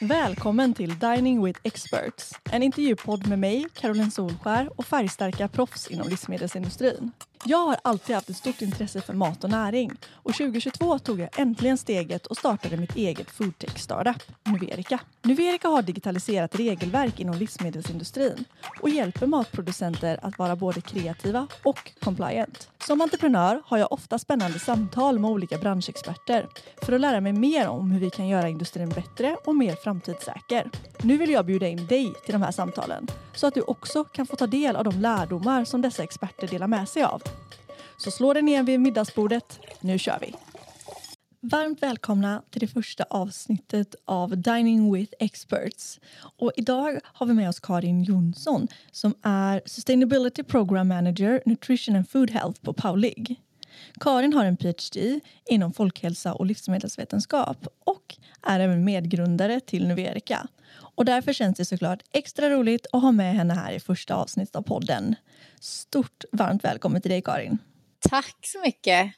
Välkommen till Dining with Experts, en intervjupodd med mig, Caroline Solskär och färgstarka proffs inom livsmedelsindustrin. Jag har alltid haft ett stort intresse för mat och näring och 2022 tog jag äntligen steget och startade mitt eget foodtech-startup, Nuverica. Nuverica har digitaliserat regelverk inom livsmedelsindustrin och hjälper matproducenter att vara både kreativa och compliant. Som entreprenör har jag ofta spännande samtal med olika branschexperter för att lära mig mer om hur vi kan göra industrin bättre och mer framtidssäker. Nu vill jag bjuda in dig till de här samtalen så att du också kan få ta del av de lärdomar som dessa experter delar med sig av. Så slå dig ner vid middagsbordet, nu kör vi! Varmt välkomna till det första avsnittet av Dining with Experts. Och idag har vi med oss Karin Jonsson som är Sustainability Program Manager Nutrition and Food Health på Paulig. Karin har en PhD inom folkhälsa och livsmedelsvetenskap och är även medgrundare till Nuverica. Och därför känns det såklart extra roligt att ha med henne här i första avsnittet av podden. Stort varmt välkommen till dig, Karin. Tack så mycket.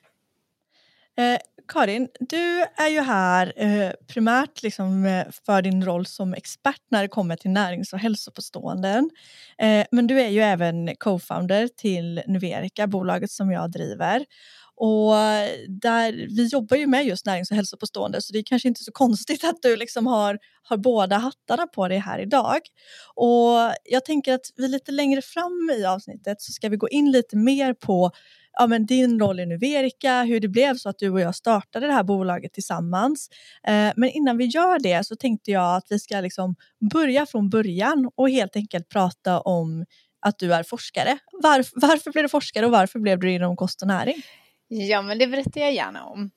Karin, du är ju här primärt för din roll som expert när det kommer till närings- och hälsopåståenden. Men du är ju även co-founder till Nuverica, bolaget som jag driver. Och där vi jobbar ju med just närings- och hälsopåstående, så det är kanske inte så konstigt att du har båda hattarna på dig här idag. Och jag tänker att vi lite längre fram i avsnittet så ska vi gå in lite mer på din roll i Nuverica, hur det blev så att du och jag startade det här bolaget tillsammans. Men innan vi gör det så tänkte jag att vi ska börja från början och helt enkelt prata om att du är forskare. Varför blev du forskare och varför blev du inom kost och näring? Ja, men det berättar jag gärna om.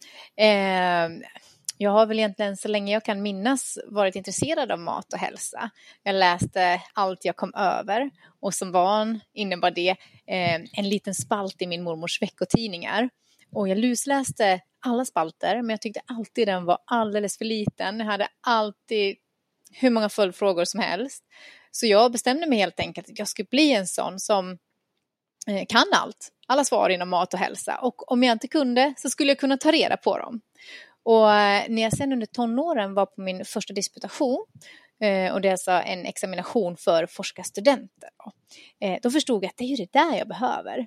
Jag har väl egentligen så länge jag kan minnas varit intresserad av mat och hälsa. Jag läste allt jag kom över och som barn innebar det en liten spalt i min mormors veckotidningar. Och jag lusläste alla spalter, men jag tyckte alltid den var alldeles för liten. Jag hade alltid hur många följdfrågor som helst. Så jag bestämde mig helt enkelt att jag skulle bli en sån som kan alla svar inom mat och hälsa. Och om jag inte kunde så skulle jag kunna ta reda på dem. Och när jag sen under tonåren var på min första disputation, och det är alltså en examination för forskarstudenter, då förstod jag att det är ju det där jag behöver.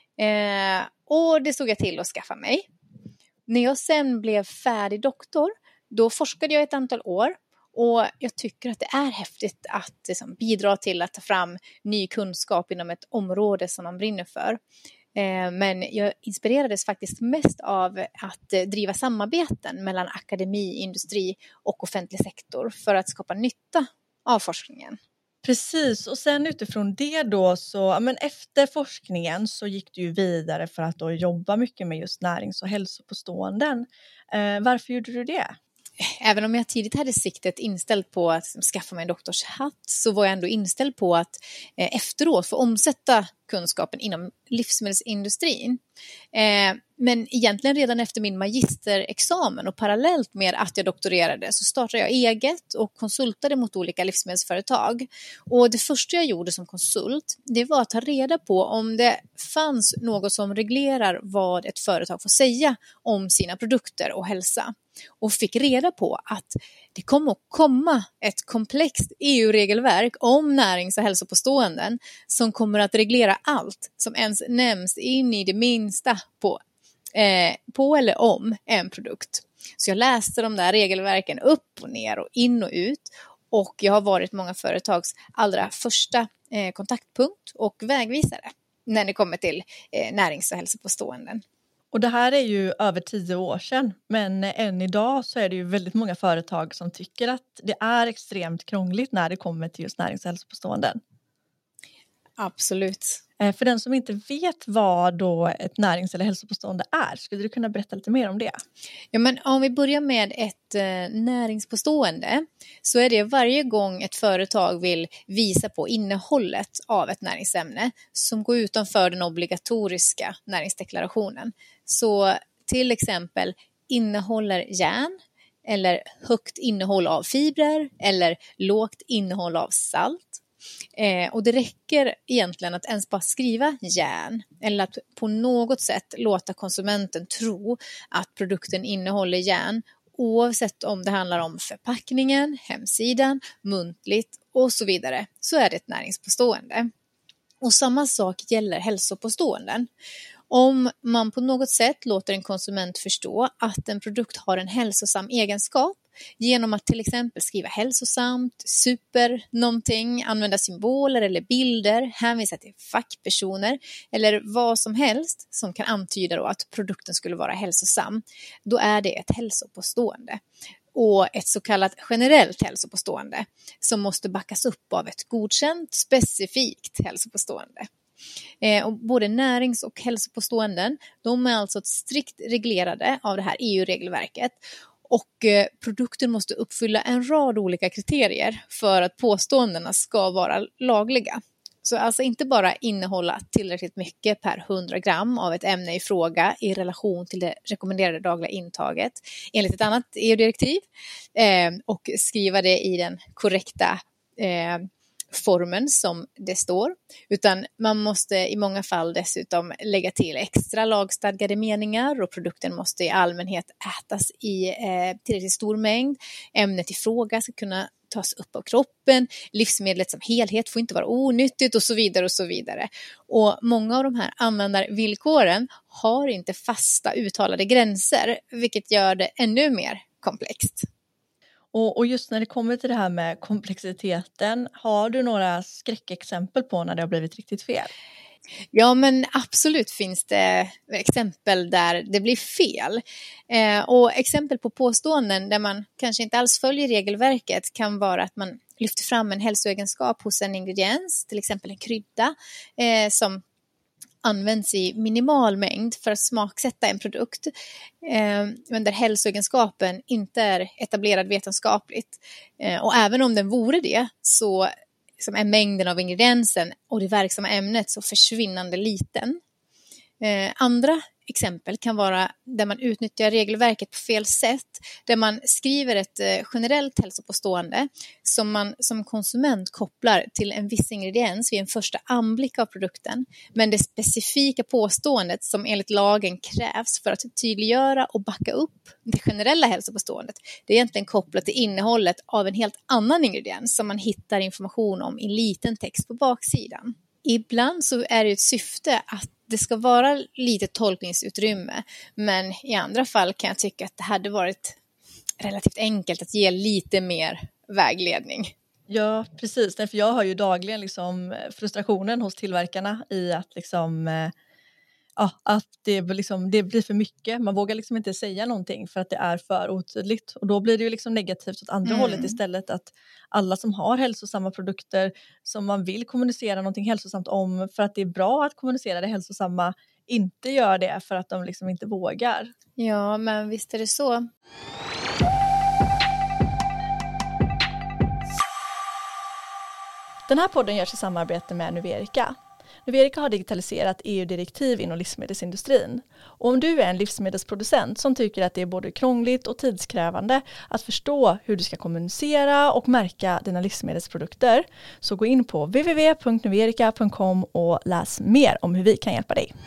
Och det stod jag till att skaffa mig. När jag sen blev färdig doktor, då forskade jag ett antal år. Och jag tycker att det är häftigt att bidra till att ta fram ny kunskap inom ett område som man brinner för. Men jag inspirerades faktiskt mest av att driva samarbeten mellan akademi, industri och offentlig sektor för att skapa nytta av forskningen. Precis, och sen utifrån det då efter forskningen så gick du ju vidare för att då jobba mycket med just närings- och hälsopåståenden. Varför gjorde du det? Även om jag tidigt hade siktet inställt på att skaffa mig en doktorshatt så var jag ändå inställd på att efteråt få omsätta kunskapen inom livsmedelsindustrin. Men egentligen redan efter min magisterexamen och parallellt med att jag doktorerade så startade jag eget och konsultade mot olika livsmedelsföretag. Och det första jag gjorde som konsult, det var att ta reda på om det fanns något som reglerar vad ett företag får säga om sina produkter och hälsa. Och fick reda på att det kommer att komma ett komplext EU-regelverk om närings- och hälsopåståenden som kommer att reglera allt som ens nämns in i det minsta på eller om en produkt. Så jag läste de där regelverken upp och ner och in och ut. Och jag har varit många företags allra första kontaktpunkt och vägvisare när det kommer till närings- och hälsopåståenden. Och det här är ju över 10 år sedan, men än idag så är det ju väldigt många företag som tycker att det är extremt krångligt när det kommer till just närings- och hälsopåståenden. Absolut. För den som inte vet vad då ett närings- eller hälsopåstående är, skulle du kunna berätta lite mer om det? Ja, men om vi börjar med ett näringspåstående så är det varje gång ett företag vill visa på innehållet av ett näringsämne som går utanför den obligatoriska näringsdeklarationen. Så till exempel innehåller järn eller högt innehåll av fibrer eller lågt innehåll av salt. Och det räcker egentligen att ens bara skriva järn eller att på något sätt låta konsumenten tro att produkten innehåller järn oavsett om det handlar om förpackningen, hemsidan, muntligt och så vidare, så är det ett näringspåstående. Och samma sak gäller hälsopåståenden. Om man på något sätt låter en konsument förstå att en produkt har en hälsosam egenskap genom att till exempel skriva hälsosamt, super, någonting, använda symboler eller bilder, hänvisa till fackpersoner eller vad som helst som kan antyda då att produkten skulle vara hälsosam, då är det ett hälsopåstående. Och ett så kallat generellt hälsopåstående som måste backas upp av ett godkänt specifikt hälsopåstående. Och både närings- och hälsopåståenden, de är alltså strikt reglerade av det här EU-regelverket. Och produkten måste uppfylla en rad olika kriterier för att påståendena ska vara lagliga. Så alltså inte bara innehålla tillräckligt mycket per 100 gram av ett ämne i fråga i relation till det rekommenderade dagliga intaget enligt ett annat EU-direktiv och skriva det i den korrekta formen som det står, utan man måste i många fall dessutom lägga till extra lagstadgade meningar och produkten måste i allmänhet ätas i tillräckligt stor mängd. Ämnet i fråga ska kunna tas upp av kroppen, livsmedlet som helhet får inte vara onyttigt och så vidare och så vidare. Och många av de här användarvillkoren har inte fasta uttalade gränser, vilket gör det ännu mer komplext. Och just när det kommer till det här med komplexiteten, har du några skräckexempel på när det har blivit riktigt fel? Ja, men absolut finns det exempel där det blir fel. Och exempel på påståenden där man kanske inte alls följer regelverket kan vara att man lyfter fram en hälsoegenskap hos en ingrediens, till exempel en krydda som används i minimal mängd för att smaksätta en produkt, men där hälsoegenskapen inte är etablerad vetenskapligt. Och även om den vore det så som är mängden av ingrediensen och det verksamma ämnet så försvinnande liten. Andra exempel kan vara där man utnyttjar regelverket på fel sätt, där man skriver ett generellt hälsopåstående som man som konsument kopplar till en viss ingrediens vid en första anblick av produkten, men det specifika påståendet som enligt lagen krävs för att tydliggöra och backa upp det generella hälsopåståendet, det är egentligen kopplat till innehållet av en helt annan ingrediens som man hittar information om i liten text på baksidan. Ibland så är det ett syfte att det ska vara lite tolkningsutrymme, men i andra fall kan jag tycka att det hade varit relativt enkelt att ge lite mer vägledning. Ja, precis. För jag har ju dagligen liksom frustrationen hos tillverkarna i att liksom, att det blir för mycket. Man vågar liksom inte säga någonting för att det är för otydligt. Och då blir det ju liksom negativt åt andra hållet istället, att alla som har hälsosamma produkter som man vill kommunicera någonting hälsosamt om för att det är bra att kommunicera det hälsosamma inte gör det för att de liksom inte vågar. Ja, men visst är det så. Den här podden görs i samarbete med Nuverica. Nuverica har digitaliserat EU-direktiv inom livsmedelsindustrin. Och om du är en livsmedelsproducent som tycker att det är både krångligt och tidskrävande att förstå hur du ska kommunicera och märka dina livsmedelsprodukter, så gå in på www.nuverica.com och läs mer om hur vi kan hjälpa dig.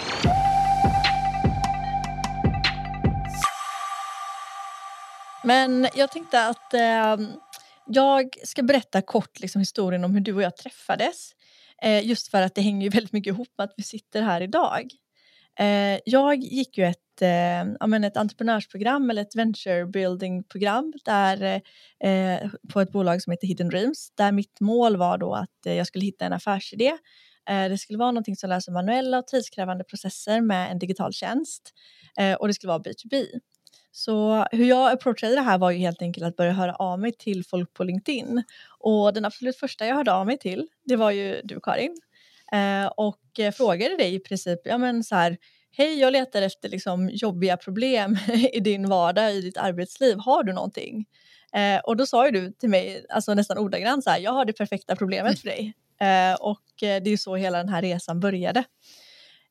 Men jag tänkte att jag ska berätta kort liksom historien om hur du och jag träffades. Just för att det hänger ju väldigt mycket ihop med att vi sitter här idag. Jag gick ju ett entreprenörsprogram eller ett venture building program där, på ett bolag som heter Hidden Dreams. Där mitt mål var då att jag skulle hitta en affärsidé. Det skulle vara någonting som löser manuella och tidskrävande processer med en digital tjänst. Och det skulle vara B2B. Så hur jag approachade det här var ju helt enkelt att börja höra av mig till folk på LinkedIn. Och den absolut första jag hörde av mig till, det var ju du, Karin. Och frågade dig i princip, hej, jag letar efter liksom jobbiga problem i din vardag, i ditt arbetsliv. Har du någonting? Och då sa ju du till mig, alltså nästan ordagrant så här, jag har det perfekta problemet för dig. Och det är ju så hela den här resan började.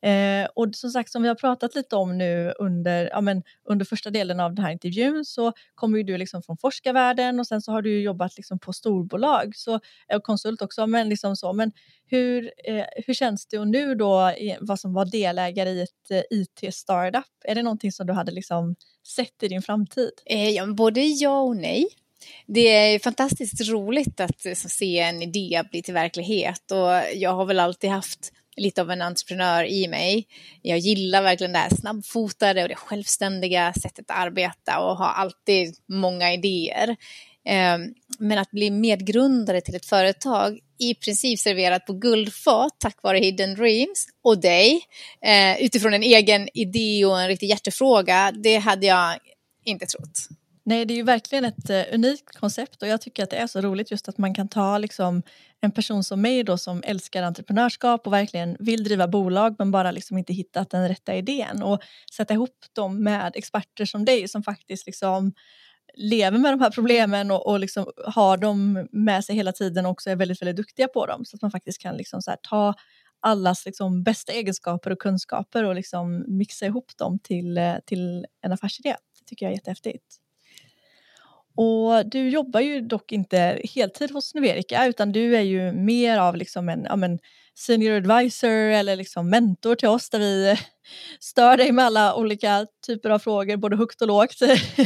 Och som sagt, som vi har pratat lite om nu under första delen av den här intervjun, så kommer ju du liksom från forskarvärlden och sen så har du jobbat liksom på storbolag och konsult också. Men, liksom så, men hur känns det och nu då vad som var delägare i ett IT-startup? Är det någonting som du hade liksom sett i din framtid? Ja, både ja och nej. Det är fantastiskt roligt att se en idé bli till verklighet, och jag har väl alltid haft lite av en entreprenör i mig. Jag gillar verkligen det här snabbfotade och det självständiga sättet att arbeta och har alltid många idéer. Men att bli medgrundare till ett företag i princip serverat på guldfat tack vare Hidden Dreams och dig utifrån en egen idé och en riktig hjärtefråga, det hade jag inte trott. Nej, det är ju verkligen ett unikt koncept, och jag tycker att det är så roligt just att man kan ta liksom en person som mig då, som älskar entreprenörskap och verkligen vill driva bolag men bara liksom inte hittat den rätta idén, och sätta ihop dem med experter som dig som faktiskt liksom lever med de här problemen och liksom har dem med sig hela tiden och också är väldigt, väldigt duktiga på dem, så att man faktiskt kan liksom så här ta allas liksom bästa egenskaper och kunskaper och liksom mixa ihop dem till en affärsidé. Det tycker jag är jättehäftigt. Och du jobbar ju dock inte heltid hos Nuverica, utan du är ju mer av liksom en senior advisor eller liksom mentor till oss, där vi stör dig med alla olika typer av frågor, både högt och lågt.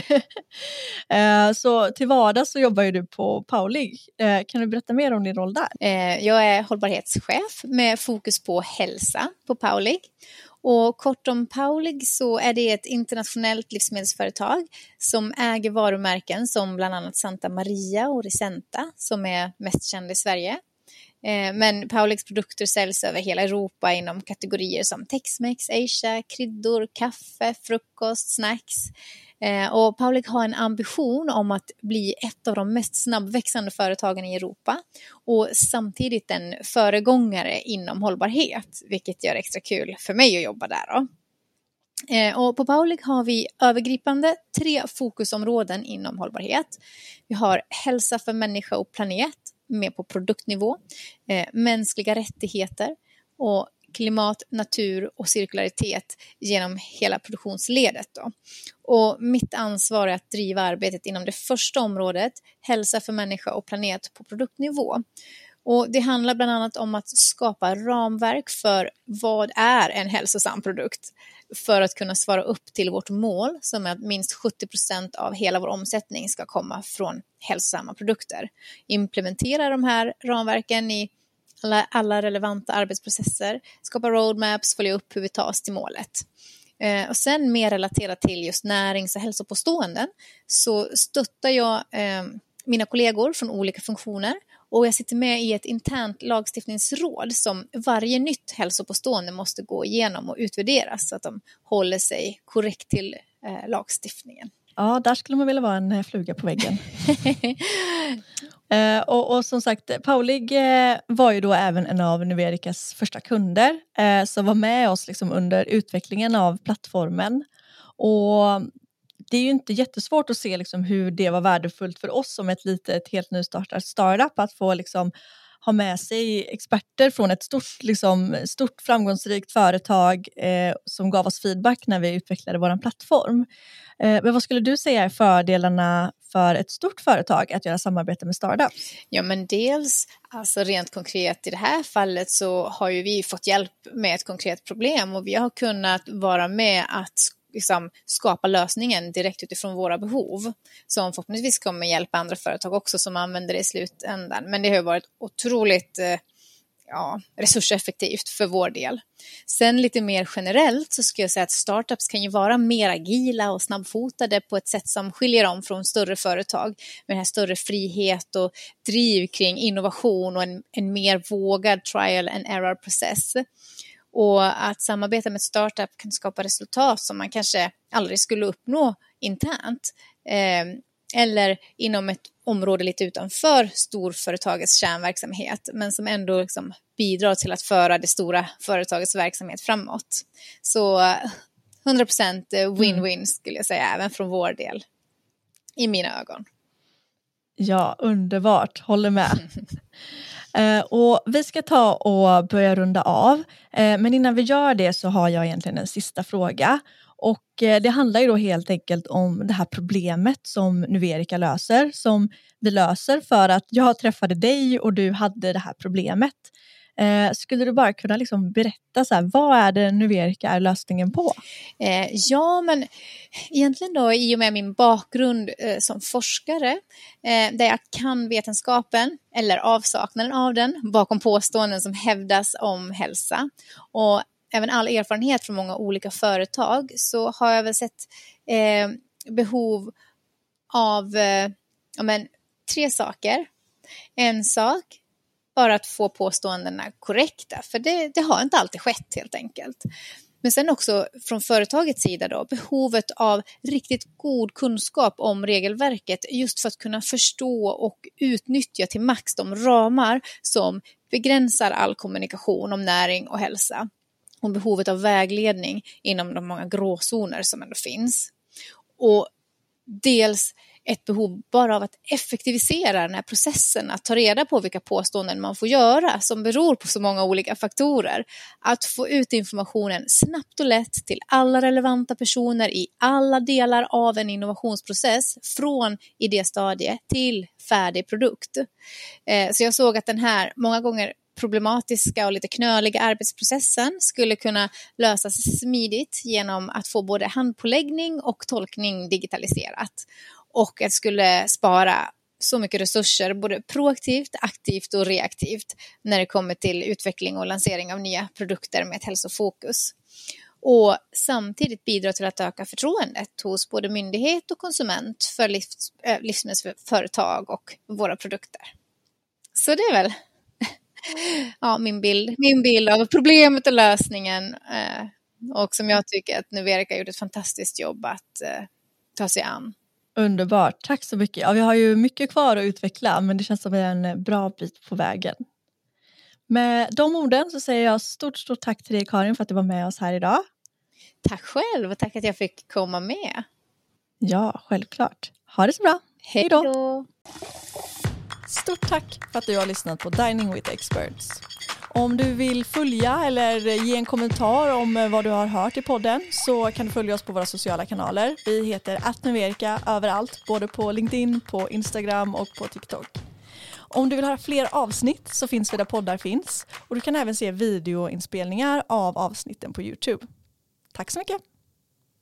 Så till vardags så jobbar ju du på Paulig. Kan du berätta mer om din roll där? Jag är hållbarhetschef med fokus på hälsa på Paulig. Och kort om Paulig, så är det ett internationellt livsmedelsföretag som äger varumärken som bland annat Santa Maria och Risenta, som är mest kända i Sverige. Men Pauligs produkter säljs över hela Europa inom kategorier som Tex-Mex, Asia, kryddor, kaffe, frukost, snacks. Och Paulig har en ambition om att bli ett av de mest snabbväxande företagen i Europa och samtidigt en föregångare inom hållbarhet, vilket gör extra kul för mig att jobba där då. Och på Paulig har vi övergripande 3 fokusområden inom hållbarhet. Vi har hälsa för människa och planet med på produktnivå, mänskliga rättigheter och klimat, natur och cirkularitet genom hela produktionsledet då. Och mitt ansvar är att driva arbetet inom det första området, hälsa för människa och planet på produktnivå. Och det handlar bland annat om att skapa ramverk för vad är en hälsosam produkt för att kunna svara upp till vårt mål, som är att minst 70% av hela vår omsättning ska komma från hälsosamma produkter. Implementera de här ramverken i alla relevanta arbetsprocesser, skapa roadmaps, följa upp hur vi tar oss till målet. Och sen mer relaterat till just närings- och hälsopåståenden, så stöttar jag mina kollegor från olika funktioner, och jag sitter med i ett internt lagstiftningsråd som varje nytt hälsopåstående måste gå igenom och utvärderas så att de håller sig korrekt till lagstiftningen. Ja, där skulle man vilja vara en fluga på väggen. Och som sagt, Paulig var ju då även en av Nuvericas första kunder som var med oss liksom under utvecklingen av plattformen. Och det är ju inte jättesvårt att se liksom hur det var värdefullt för oss som ett litet, helt nystartat startup att få liksom ha med sig experter från ett stort framgångsrikt företag som gav oss feedback när vi utvecklade vår plattform. Men vad skulle du säga är fördelarna för ett stort företag att göra samarbete med startups? Ja, men dels, alltså rent konkret i det här fallet så har ju vi fått hjälp med ett konkret problem, och vi har kunnat vara med att liksom skapa lösningen direkt utifrån våra behov, som förhoppningsvis kommer hjälpa andra företag också som använder det i slutändan. Men det har varit otroligt resurseffektivt för vår del. Sen lite mer generellt så skulle jag säga att startups kan ju vara mer agila och snabbfotade på ett sätt som skiljer dem från större företag med den här större frihet och driv kring innovation och en mer vågad trial and error process. Och att samarbeta med ett startup kan skapa resultat som man kanske aldrig skulle uppnå internt eller inom ett område lite utanför storföretagets kärnverksamhet, men som ändå liksom bidrar till att föra det stora företagets verksamhet framåt. Så 100% win-win skulle jag säga, även från vår del, i mina ögon. Ja, underbart. Håller med. Och vi ska ta och börja runda av. Men innan vi gör det så har jag egentligen en sista fråga. Och det handlar ju då helt enkelt om det här problemet som Nuverica löser. Som vi löser för att jag träffade dig och du hade det här problemet. Skulle du bara kunna liksom berätta så här, vad är det Nuverica är lösningen på? Ja, men egentligen då i och med min bakgrund som forskare där jag kan vetenskapen eller avsaknaden av den bakom påståenden som hävdas om hälsa och även all erfarenhet från många olika företag, så har jag väl sett behov av 3 saker. En sak, bara att få påståendena korrekta, för det har inte alltid skett helt enkelt. Men sen också från företagets sida då, behovet av riktigt god kunskap om regelverket just för att kunna förstå och utnyttja till max de ramar som begränsar all kommunikation om näring och hälsa. Och behovet av vägledning inom de många gråzoner som ändå finns. Och dels ett behov bara av att effektivisera den här processen, att ta reda på vilka påståenden man får göra som beror på så många olika faktorer. Att få ut informationen snabbt och lätt till alla relevanta personer i alla delar av en innovationsprocess från idéstadie till färdig produkt. Så jag såg att den här många gånger problematiska och lite knöliga arbetsprocessen skulle kunna lösas smidigt genom att få både handpåläggning och tolkning digitaliserat. Och att skulle spara så mycket resurser både proaktivt, aktivt och reaktivt när det kommer till utveckling och lansering av nya produkter med ett hälsofokus. Och samtidigt bidra till att öka förtroendet hos både myndighet och konsument för livsmedelsföretag och våra produkter. Så det är väl min bild av problemet och lösningen, och som jag tycker att Nuverica gjort ett fantastiskt jobb att ta sig an. Underbart, tack så mycket. Ja, vi har ju mycket kvar att utveckla, men det känns som en bra bit på vägen. Med de orden så säger jag stort tack till dig, Karin, för att du var med oss här idag. Tack själv och tack att jag fick komma med. Ja, självklart. Ha det så bra. Hej då. Stort tack för att du har lyssnat på Dining with Experts. Om du vill följa eller ge en kommentar om vad du har hört i podden så kan du följa oss på våra sociala kanaler. Vi heter @Nuverica överallt, både på LinkedIn, på Instagram och på TikTok. Om du vill höra fler avsnitt så finns vi där poddar finns. Och du kan även se videoinspelningar av avsnitten på YouTube. Tack så mycket!